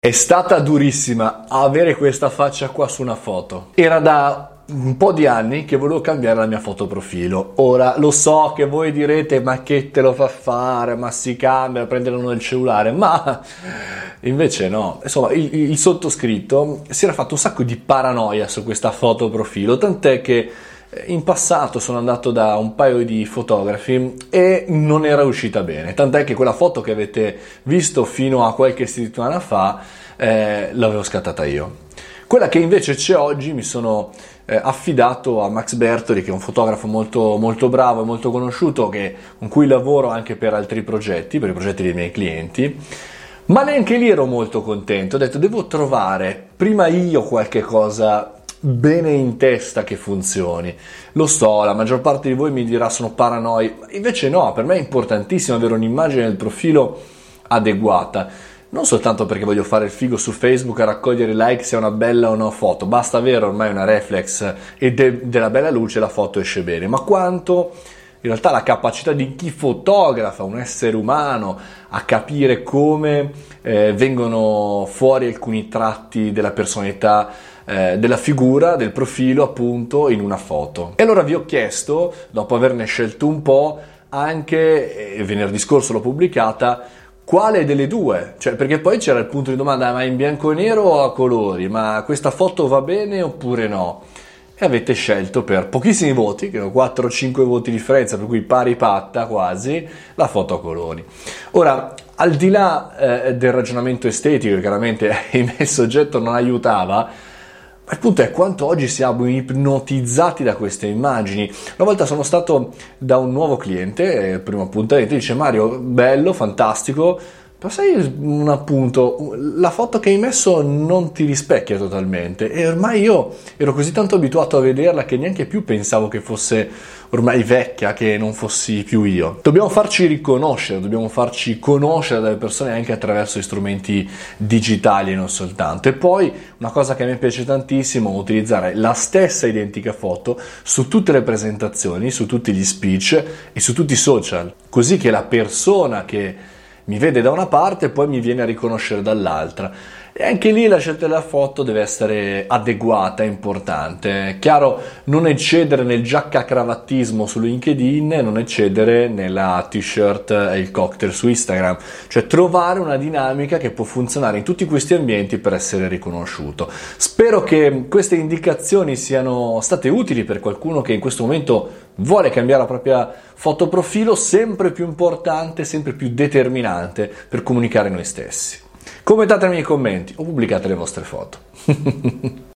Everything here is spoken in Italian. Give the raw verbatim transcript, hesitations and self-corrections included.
È stata durissima avere questa faccia qua su una foto. Era da un po' di anni che volevo cambiare la mia foto profilo. Ora lo so che voi direte: ma che te lo fa fare? Ma si cambia, prenderlo nel cellulare. Ma invece no. Insomma, il, il sottoscritto si era fatto un sacco di paranoia su questa foto profilo, tant'è che in passato sono andato da un paio di fotografi e non era uscita bene, tant'è che quella foto che avete visto fino a qualche settimana fa eh, l'avevo scattata io. Quella che invece c'è oggi mi sono eh, affidato a Max Bertoli, che è un fotografo molto, molto bravo e molto conosciuto, che, con cui lavoro anche per altri progetti, per i progetti dei miei clienti. Ma neanche lì ero molto contento, ho detto devo trovare prima io qualche cosa bene in testa che funzioni. Lo so, la maggior parte di voi mi dirà sono paranoi, invece no, per me è importantissimo avere un'immagine del profilo adeguata, non soltanto perché voglio fare il figo su Facebook a raccogliere like se è una bella o no foto, basta avere ormai una reflex e de- della bella luce la foto esce bene, ma quanto in realtà la capacità di chi fotografa, un essere umano, a capire come eh, vengono fuori alcuni tratti della personalità, eh, della figura, del profilo appunto in una foto. E allora vi ho chiesto, dopo averne scelto un po', anche, e venerdì scorso l'ho pubblicata, quale delle due? Cioè, perché poi c'era il punto di domanda: ma in bianco e nero o a colori? Ma questa foto va bene oppure no? E avete scelto, per pochissimi voti, che ho quattro o cinque voti di differenza, per cui pari patta quasi, la foto a colori. Ora, al di là eh, del ragionamento estetico, che chiaramente il soggetto non aiutava, ma il punto è quanto oggi siamo ipnotizzati da queste immagini. Una volta sono stato da un nuovo cliente, il primo appuntamento, dice: Mario, bello, fantastico, però sai un appunto, la foto che hai messo non ti rispecchia totalmente, e ormai io ero così tanto abituato a vederla che neanche più pensavo che fosse ormai vecchia, che non fossi più io. Dobbiamo farci riconoscere, dobbiamo farci conoscere dalle persone anche attraverso gli strumenti digitali e non soltanto. E poi una cosa che a me piace tantissimo è utilizzare la stessa identica foto su tutte le presentazioni, su tutti gli speech e su tutti i social, così che la persona che mi vede da una parte e poi mi viene a riconoscere dall'altra. E anche lì la scelta della foto deve essere adeguata, è importante. È chiaro, non eccedere nel giacca-cravattismo su LinkedIn, non eccedere nella t-shirt e il cocktail su Instagram. Cioè trovare una dinamica che può funzionare in tutti questi ambienti per essere riconosciuto. Spero che queste indicazioni siano state utili per qualcuno che in questo momento vuole cambiare la propria foto profilo, sempre più importante, sempre più determinante per comunicare noi stessi. Commentate nei miei commenti o pubblicate le vostre foto.